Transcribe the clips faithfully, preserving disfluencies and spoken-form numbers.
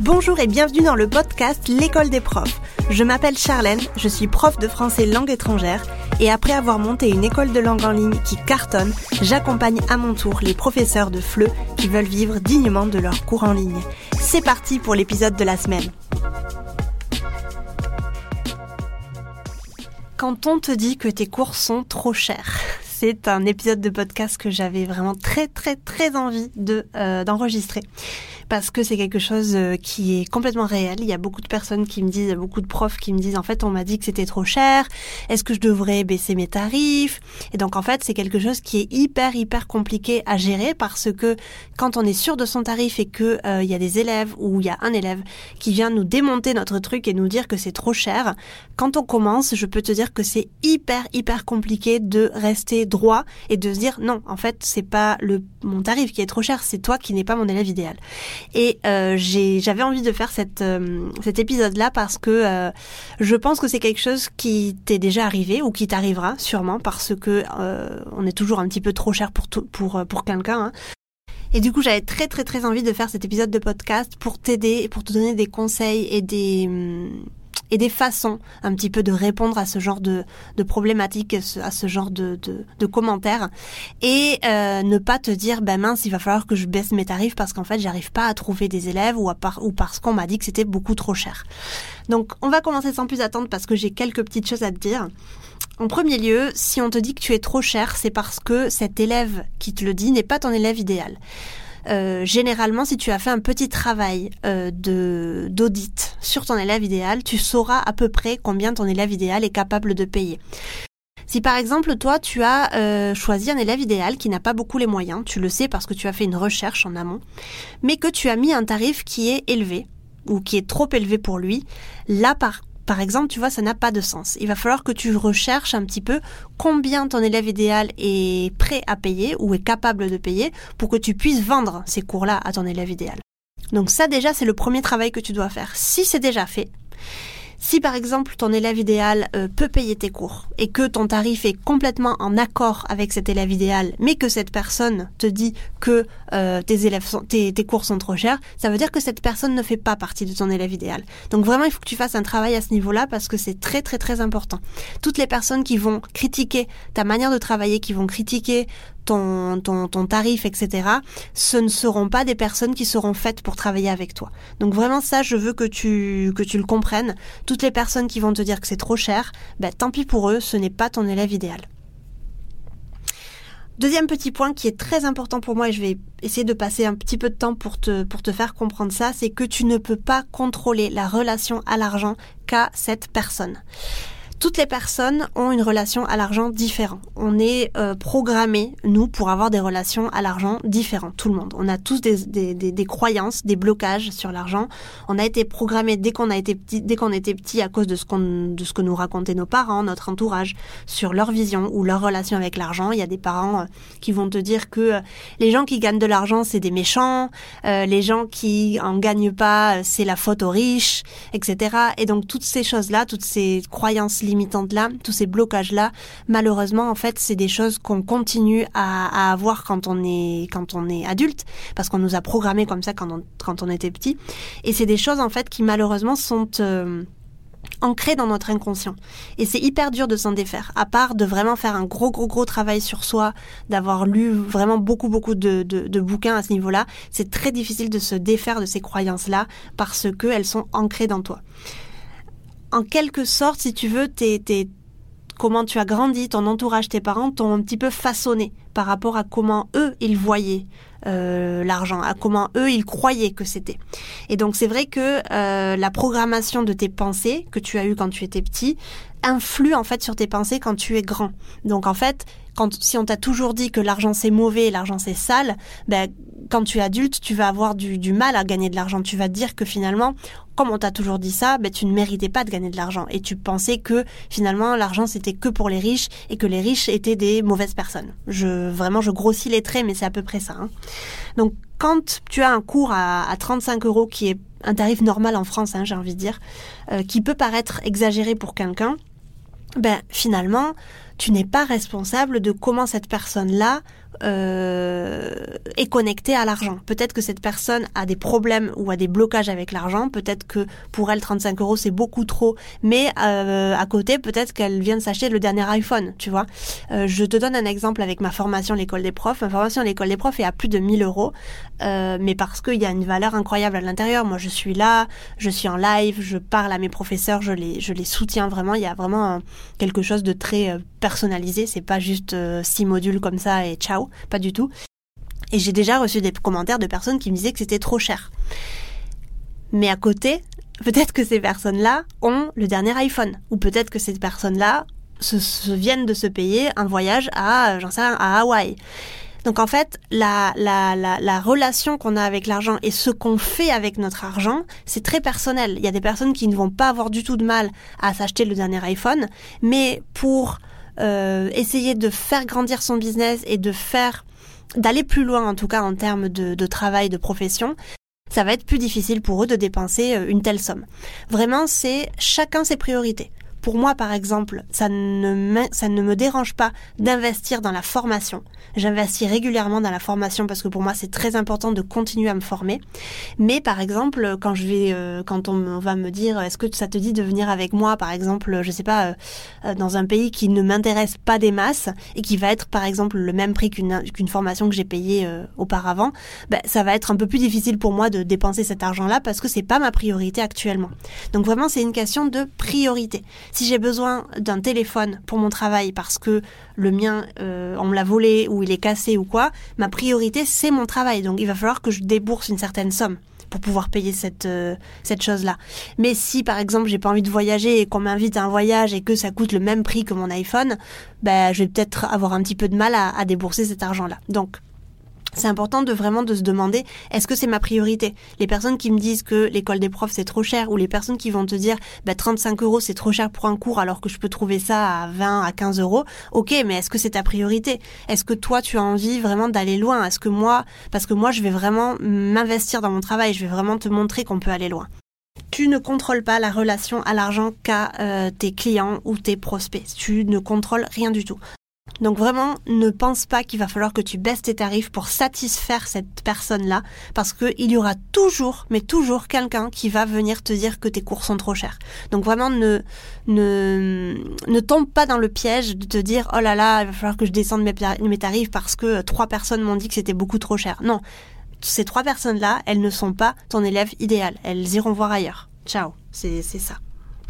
Bonjour et bienvenue dans le podcast L'école des profs. Je m'appelle Charlène, je suis prof de français langue étrangère et après avoir monté une école de langue en ligne qui cartonne, j'accompagne à mon tour les professeurs de F L E qui veulent vivre dignement de leurs cours en ligne. C'est parti pour l'épisode de la semaine. Quand on te dit que tes cours sont trop chers, c'est un épisode de podcast que j'avais vraiment très très très envie de euh, d'enregistrer. Parce que c'est quelque chose qui est complètement réel. Il y a beaucoup de personnes qui me disent, beaucoup de profs qui me disent, en fait, on m'a dit que c'était trop cher. Est-ce que je devrais baisser mes tarifs? Et donc, en fait, c'est quelque chose qui est hyper, hyper compliqué à gérer parce que quand on est sûr de son tarif et que euh, il y a des élèves ou il y a un élève qui vient nous démonter notre truc et nous dire que c'est trop cher, quand on commence, je peux te dire que c'est hyper, hyper compliqué de rester droit et de se dire, non, en fait, c'est pas le mon tarif qui est trop cher, c'est toi qui n'es pas mon élève idéal. Et euh, j'ai, j'avais envie de faire cette, euh, cet épisode-là parce que euh, je pense que c'est quelque chose qui t'est déjà arrivé ou qui t'arrivera sûrement parce que euh, on est toujours un petit peu trop cher pour tout, pour pour quelqu'un. Hein. Et du coup, j'avais très très très envie de faire cet épisode de podcast pour t'aider et pour te donner des conseils et des et des façons un petit peu de répondre à ce genre de, de problématiques, à ce genre de, de, de commentaires et euh, ne pas te dire ben mince, il va falloir que je baisse mes tarifs parce qu'en fait j'arrive pas à trouver des élèves ou, à par, ou parce qu'on m'a dit que c'était beaucoup trop cher. Donc on va commencer sans plus attendre parce que j'ai quelques petites choses à te dire. En premier lieu, si on te dit que tu es trop cher, c'est parce que cet élève qui te le dit n'est pas ton élève idéal. Euh, généralement, si tu as fait un petit travail euh, de d'audit sur ton élève idéal, tu sauras à peu près combien ton élève idéal est capable de payer. Si par exemple, toi, tu as euh, choisi un élève idéal qui n'a pas beaucoup les moyens, tu le sais parce que tu as fait une recherche en amont, mais que tu as mis un tarif qui est élevé ou qui est trop élevé pour lui, là par Par exemple, tu vois, ça n'a pas de sens. Il va falloir que tu recherches un petit peu combien ton élève idéal est prêt à payer ou est capable de payer pour que tu puisses vendre ces cours-là à ton élève idéal. Donc ça, déjà, c'est le premier travail que tu dois faire. Si c'est déjà fait, si par exemple ton élève idéal euh, peut payer tes cours et que ton tarif est complètement en accord avec cet élève idéal, mais que cette personne te dit que euh, tes élèves sont, tes, tes cours sont trop chers, ça veut dire que cette personne ne fait pas partie de ton élève idéal. Donc vraiment, il faut que tu fasses un travail à ce niveau-là parce que c'est très très très important. Toutes les personnes qui vont critiquer ta manière de travailler, qui vont critiquer Ton, ton, ton tarif, et cetera, ce ne seront pas des personnes qui seront faites pour travailler avec toi. Donc vraiment ça, je veux que tu, que tu le comprennes. Toutes les personnes qui vont te dire que c'est trop cher, ben, tant pis pour eux, ce n'est pas ton élève idéal. Deuxième petit point qui est très important pour moi et je vais essayer de passer un petit peu de temps pour te, pour te faire comprendre ça, c'est que tu ne peux pas contrôler la relation à l'argent qu'a cette personne. Toutes les personnes ont une relation à l'argent différente. On est euh, programmés, nous, pour avoir des relations à l'argent différentes. Tout le monde. On a tous des, des, des, des croyances, des blocages sur l'argent. On a été programmés dès qu'on a été petit, dès qu'on était petit à cause de ce qu'on, de ce que nous racontaient nos parents, notre entourage, sur leur vision ou leur relation avec l'argent. Il y a des parents euh, qui vont te dire que euh, les gens qui gagnent de l'argent, c'est des méchants. Euh, les gens qui en gagnent pas, c'est la faute aux riches, et cetera. Et donc toutes ces choses-là, toutes ces croyances limitantes là, tous ces blocages là, malheureusement en fait c'est des choses qu'on continue à, à avoir quand on est quand on est adulte parce qu'on nous a programmé comme ça quand on quand on était petit et c'est des choses en fait qui malheureusement sont euh, ancrées dans notre inconscient et c'est hyper dur de s'en défaire à part de vraiment faire un gros gros gros travail sur soi, d'avoir lu vraiment beaucoup beaucoup de, de, de bouquins à ce niveau-là, c'est très difficile de se défaire de ces croyances là parce que elles sont ancrées dans toi. En quelque sorte, si tu veux, t'es, t'es, comment tu as grandi, ton entourage, tes parents t'ont un petit peu façonné par rapport à comment eux, ils voyaient euh, l'argent, à comment eux, ils croyaient que c'était. Et donc, c'est vrai que euh, la programmation de tes pensées que tu as eues quand tu étais petit influe en fait sur tes pensées quand tu es grand. Donc, en fait, quand, si on t'a toujours dit que l'argent c'est mauvais, l'argent c'est sale, ben, quand tu es adulte, tu vas avoir du, du mal à gagner de l'argent. Tu vas te dire que finalement, comme on t'a toujours dit ça, ben, tu ne méritais pas de gagner de l'argent. Et tu pensais que finalement, l'argent c'était que pour les riches et que les riches étaient des mauvaises personnes. Je, vraiment, je grossis les traits, mais c'est à peu près ça. Hein. Donc, quand tu as un cours à, à trente-cinq euros qui est un tarif normal en France, hein, j'ai envie de dire, euh, qui peut paraître exagéré pour quelqu'un, ben finalement, tu n'es pas responsable de comment cette personne-là euh, est connecté à l'argent. Peut-être que cette personne a des problèmes ou a des blocages avec l'argent. Peut-être que pour elle, trente-cinq euros, c'est beaucoup trop. Mais euh, à côté, peut-être qu'elle vient de s'acheter le dernier iPhone, tu vois. Euh, je te donne un exemple avec ma formation à l'école des profs. Ma formation à l'école des profs est à plus de mille euros. Euh, mais parce qu'il y a une valeur incroyable à l'intérieur. Moi, je suis là, je suis en live, je parle à mes professeurs, je les, je les soutiens vraiment. Il y a vraiment euh, quelque chose de très euh, personnalisé. C'est pas juste euh, six modules comme ça et ciao, pas du tout. Et j'ai déjà reçu des commentaires de personnes qui me disaient que c'était trop cher. Mais à côté, peut-être que ces personnes-là ont le dernier iPhone. Ou peut-être que ces personnes-là se, se viennent de se payer un voyage à, j'en sais rien, à Hawaï. Donc en fait, la, la, la, la relation qu'on a avec l'argent et ce qu'on fait avec notre argent, c'est très personnel. Il y a des personnes qui ne vont pas avoir du tout de mal à s'acheter le dernier iPhone, mais pour euh, essayer de faire grandir son business et de faire, d'aller plus loin en tout cas en termes de, de travail, de profession, ça va être plus difficile pour eux de dépenser une telle somme. Vraiment, c'est chacun ses priorités. Pour moi, par exemple, ça ne, me, ça ne me dérange pas d'investir dans la formation. J'investis régulièrement dans la formation parce que pour moi, c'est très important de continuer à me former. Mais par exemple, quand je vais, euh, quand on va me dire, est-ce que ça te dit de venir avec moi, par exemple, je sais pas, euh, dans un pays qui ne m'intéresse pas des masses et qui va être, par exemple, le même prix qu'une, qu'une formation que j'ai payée euh, auparavant, ben, ça va être un peu plus difficile pour moi de dépenser cet argent-là parce que c'est pas ma priorité actuellement. Donc vraiment, c'est une question de priorité. Si j'ai besoin d'un téléphone pour mon travail parce que le mien, euh, on me l'a volé ou il est cassé ou quoi, ma priorité, c'est mon travail. Donc, il va falloir que je débourse une certaine somme pour pouvoir payer cette, euh, cette chose-là. Mais si, par exemple, j'ai pas envie de voyager et qu'on m'invite à un voyage et que ça coûte le même prix que mon iPhone, ben, je vais peut-être avoir un petit peu de mal à, à débourser cet argent-là. Donc, c'est important de vraiment de se demander, est-ce que c'est ma priorité ? Les personnes qui me disent que l'école des profs c'est trop cher, ou les personnes qui vont te dire bah, trente-cinq euros c'est trop cher pour un cours alors que je peux trouver ça à vingt, à quinze euros, ok, mais est-ce que c'est ta priorité ? Est-ce que toi tu as envie vraiment d'aller loin ? Est-ce que moi, parce que moi je vais vraiment m'investir dans mon travail, je vais vraiment te montrer qu'on peut aller loin. Tu ne contrôles pas la relation à l'argent qu'à euh, tes clients ou tes prospects. Tu ne contrôles rien du tout. Donc vraiment, ne pense pas qu'il va falloir que tu baisses tes tarifs pour satisfaire cette personne-là, parce qu'il y aura toujours, mais toujours quelqu'un qui va venir te dire que tes cours sont trop chers. Donc vraiment, ne, ne, ne tombe pas dans le piège de te dire « Oh là là, il va falloir que je descende mes, mes tarifs parce que trois personnes m'ont dit que c'était beaucoup trop cher. » Non, ces trois personnes-là, elles ne sont pas ton élève idéal. Elles iront voir ailleurs. Ciao, c'est, c'est ça.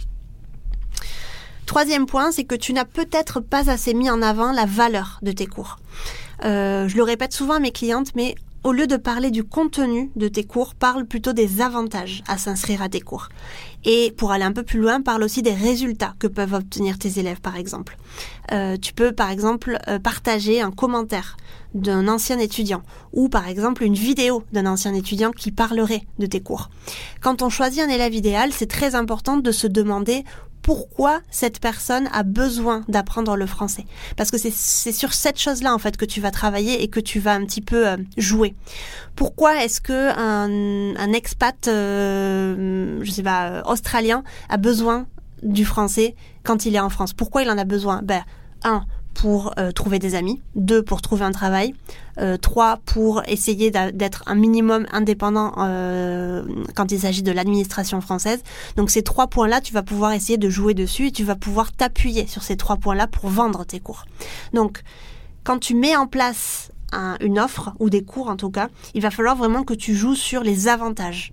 Troisième point, c'est que tu n'as peut-être pas assez mis en avant la valeur de tes cours. Euh, je le répète souvent à mes clientes, mais au lieu de parler du contenu de tes cours, parle plutôt des avantages à s'inscrire à tes cours. Et pour aller un peu plus loin, parle aussi des résultats que peuvent obtenir tes élèves, par exemple. Euh, tu peux, par exemple, euh, partager un commentaire d'un ancien étudiant ou, par exemple, une vidéo d'un ancien étudiant qui parlerait de tes cours. Quand on choisit un élève idéal, c'est très important de se demander pourquoi cette personne a besoin d'apprendre le français. Parce que c'est, c'est sur cette chose-là, en fait, que tu vas travailler et que tu vas un petit peu euh, jouer. Pourquoi est-ce que un, un expat, euh, je sais pas, euh, australien a besoin du français quand il est en France ? Pourquoi il en a besoin ? Ben, un, pour euh, trouver des amis, deux, pour trouver un travail, euh, trois, pour essayer d'a- d'être un minimum indépendant euh, quand il s'agit de l'administration française. Donc ces trois points-là, tu vas pouvoir essayer de jouer dessus et tu vas pouvoir t'appuyer sur ces trois points-là pour vendre tes cours. Donc, quand tu mets en place un, une offre, ou des cours en tout cas, il va falloir vraiment que tu joues sur les avantages.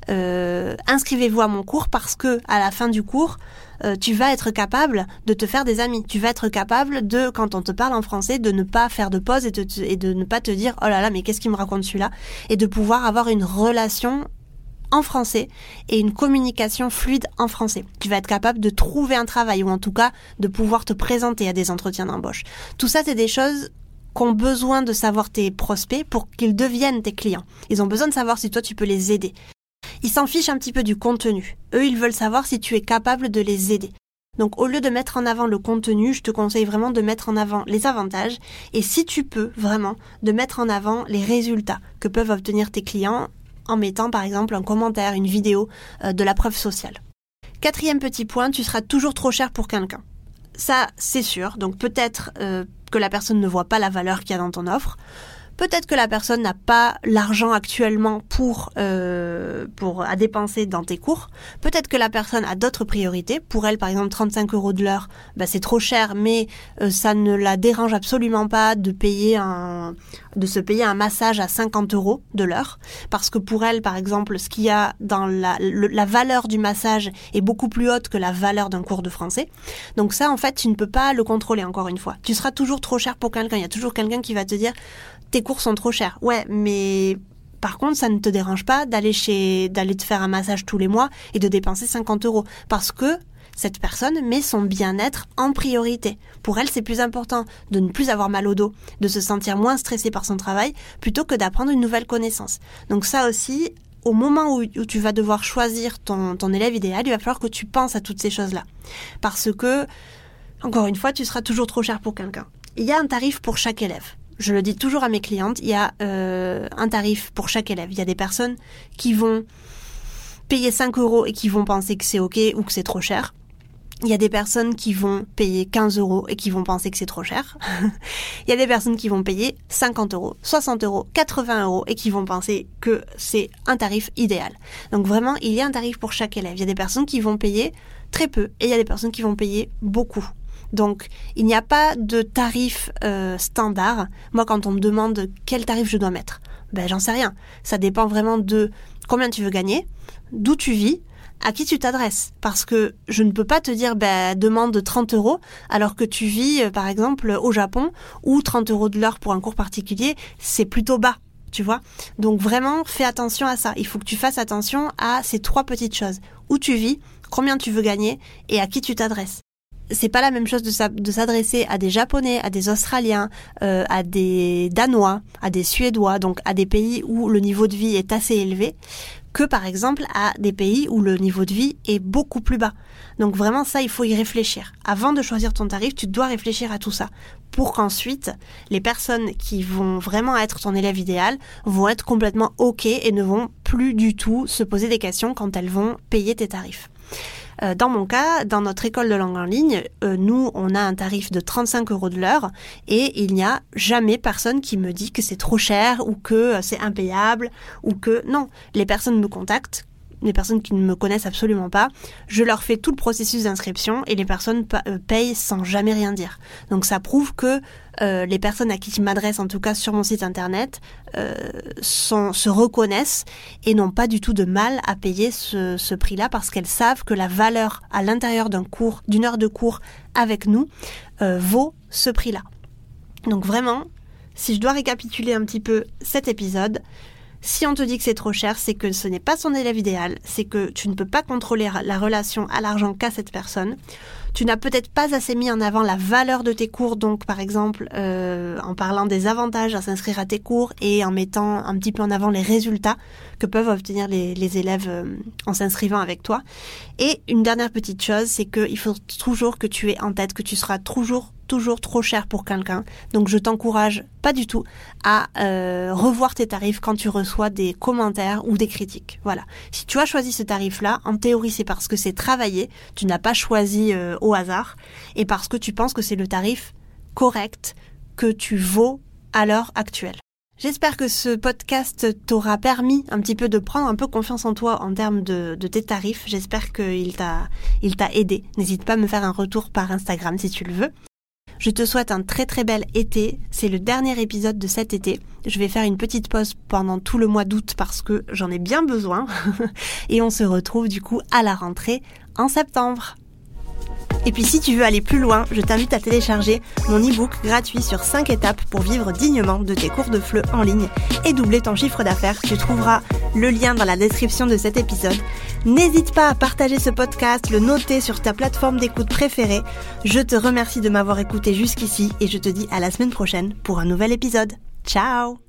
Euh, inscrivez-vous à mon cours parce que à la fin du cours, euh, tu vas être capable de te faire des amis. Tu vas être capable de, quand on te parle en français, de ne pas faire de pause et, te, et de ne pas te dire « Oh là là, mais qu'est-ce qu'il me raconte celui-là ?» et de pouvoir avoir une relation en français et une communication fluide en français. Tu vas être capable de trouver un travail ou en tout cas de pouvoir te présenter à des entretiens d'embauche. Tout ça, c'est des choses qu'ont besoin de savoir tes prospects pour qu'ils deviennent tes clients. Ils ont besoin de savoir si toi, tu peux les aider. Ils s'en fichent un petit peu du contenu. Eux, ils veulent savoir si tu es capable de les aider. Donc, au lieu de mettre en avant le contenu, je te conseille vraiment de mettre en avant les avantages et si tu peux, vraiment, de mettre en avant les résultats que peuvent obtenir tes clients en mettant, par exemple, un commentaire, une vidéo, euh, de la preuve sociale. Quatrième petit point, tu seras toujours trop cher pour quelqu'un. Ça, c'est sûr. Donc, peut-être... Euh, que la personne ne voit pas la valeur qu'il y a dans ton offre. Peut-être que la personne n'a pas l'argent actuellement pour euh, pour à dépenser dans tes cours. Peut-être que la personne a d'autres priorités. Pour elle, par exemple, trente-cinq euros de l'heure, bah, c'est trop cher, mais euh, ça ne la dérange absolument pas de payer un de se payer un massage à cinquante euros de l'heure, parce que pour elle, par exemple, ce qu'il y a dans la le, la valeur du massage est beaucoup plus haute que la valeur d'un cours de français. Donc ça, en fait, tu ne peux pas le contrôler. Encore une fois, tu seras toujours trop cher pour quelqu'un. Il y a toujours quelqu'un qui va te dire tes cours sont trop chers. Ouais, mais par contre, ça ne te dérange pas d'aller chez, d'aller te faire un massage tous les mois et de dépenser cinquante euros. Parce que cette personne met son bien-être en priorité. Pour elle, c'est plus important de ne plus avoir mal au dos, de se sentir moins stressée par son travail, plutôt que d'apprendre une nouvelle connaissance. Donc ça aussi, au moment où, où tu vas devoir choisir ton, ton élève idéal, il va falloir que tu penses à toutes ces choses-là. Parce que, encore une fois, tu seras toujours trop cher pour quelqu'un. Il y a un tarif pour chaque élève. Je le dis toujours à mes clientes, il y a euh, un tarif pour chaque élève. Il y a des personnes qui vont payer cinq euros et qui vont penser que c'est OK ou que c'est trop cher. Il y a des personnes qui vont payer quinze euros et qui vont penser que c'est trop cher. Il y a des personnes qui vont payer cinquante euros, soixante euros, quatre-vingts euros et qui vont penser que c'est un tarif idéal. Donc vraiment, il y a un tarif pour chaque élève. Il y a des personnes qui vont payer très peu et il y a des personnes qui vont payer beaucoup. Donc, il n'y a pas de tarif euh, standard. Moi, quand on me demande quel tarif je dois mettre, ben j'en sais rien. Ça dépend vraiment de combien tu veux gagner, d'où tu vis, à qui tu t'adresses. Parce que je ne peux pas te dire, ben demande trente euros, alors que tu vis, euh, par exemple, au Japon, où trente euros de l'heure pour un cours particulier, c'est plutôt bas. Tu vois ? Donc vraiment, fais attention à ça. Il faut que tu fasses attention à ces trois petites choses. Où tu vis, combien tu veux gagner et à qui tu t'adresses. C'est pas la même chose de, sa- de s'adresser à des Japonais, à des Australiens, euh, à des Danois, à des Suédois, donc à des pays où le niveau de vie est assez élevé, que par exemple à des pays où le niveau de vie est beaucoup plus bas. Donc vraiment ça, il faut y réfléchir. Avant de choisir ton tarif, tu dois réfléchir à tout ça, pour qu'ensuite, les personnes qui vont vraiment être ton élève idéal vont être complètement OK et ne vont plus du tout se poser des questions quand elles vont payer tes tarifs. Euh, dans mon cas, dans notre école de langue en ligne, euh, nous, on a un tarif de trente-cinq euros de l'heure et il n'y a jamais personne qui me dit que c'est trop cher ou que euh, c'est impayable ou que... Non, les personnes me contactent, les personnes qui ne me connaissent absolument pas, je leur fais tout le processus d'inscription et les personnes pa- euh, payent sans jamais rien dire. Donc ça prouve que euh, les personnes à qui je m'adresse, en tout cas sur mon site internet, euh, sont, se reconnaissent et n'ont pas du tout de mal à payer ce, ce prix-là parce qu'elles savent que la valeur à l'intérieur d'un cours, d'une heure de cours avec nous, euh, vaut ce prix-là. Donc vraiment, si je dois récapituler un petit peu cet épisode, si on te dit que c'est trop cher, c'est que ce n'est pas son élève idéal, c'est que tu ne peux pas contrôler la relation à l'argent qu'a cette personne. Tu n'as peut-être pas assez mis en avant la valeur de tes cours, donc par exemple euh, en parlant des avantages à s'inscrire à tes cours et en mettant un petit peu en avant les résultats que peuvent obtenir les, les élèves euh, en s'inscrivant avec toi. Et une dernière petite chose, c'est qu'il faut toujours que tu aies en tête que tu seras toujours toujours trop cher pour quelqu'un. Donc je t'encourage pas du tout à euh, revoir tes tarifs quand tu reçois des commentaires ou des critiques. Voilà. Si tu as choisi ce tarif-là, en théorie c'est parce que c'est travaillé, tu n'as pas choisi euh, au hasard et parce que tu penses que c'est le tarif correct que tu vaux à l'heure actuelle. J'espère que ce podcast t'aura permis un petit peu de prendre un peu confiance en toi en termes de, de tes tarifs. J'espère qu'il t'a, il t'a aidé. N'hésite pas à me faire un retour par Instagram si tu le veux. Je te souhaite un très très bel été. C'est le dernier épisode de cet été. Je vais faire une petite pause pendant tout le mois d'août parce que j'en ai bien besoin. Et on se retrouve du coup à la rentrée en septembre. Et puis si tu veux aller plus loin, je t'invite à télécharger mon e-book gratuit sur cinq étapes pour vivre dignement de tes cours de F L E en ligne et doubler ton chiffre d'affaires. Tu trouveras le lien dans la description de cet épisode. N'hésite pas à partager ce podcast, le noter sur ta plateforme d'écoute préférée. Je te remercie de m'avoir écouté jusqu'ici et je te dis à la semaine prochaine pour un nouvel épisode. Ciao!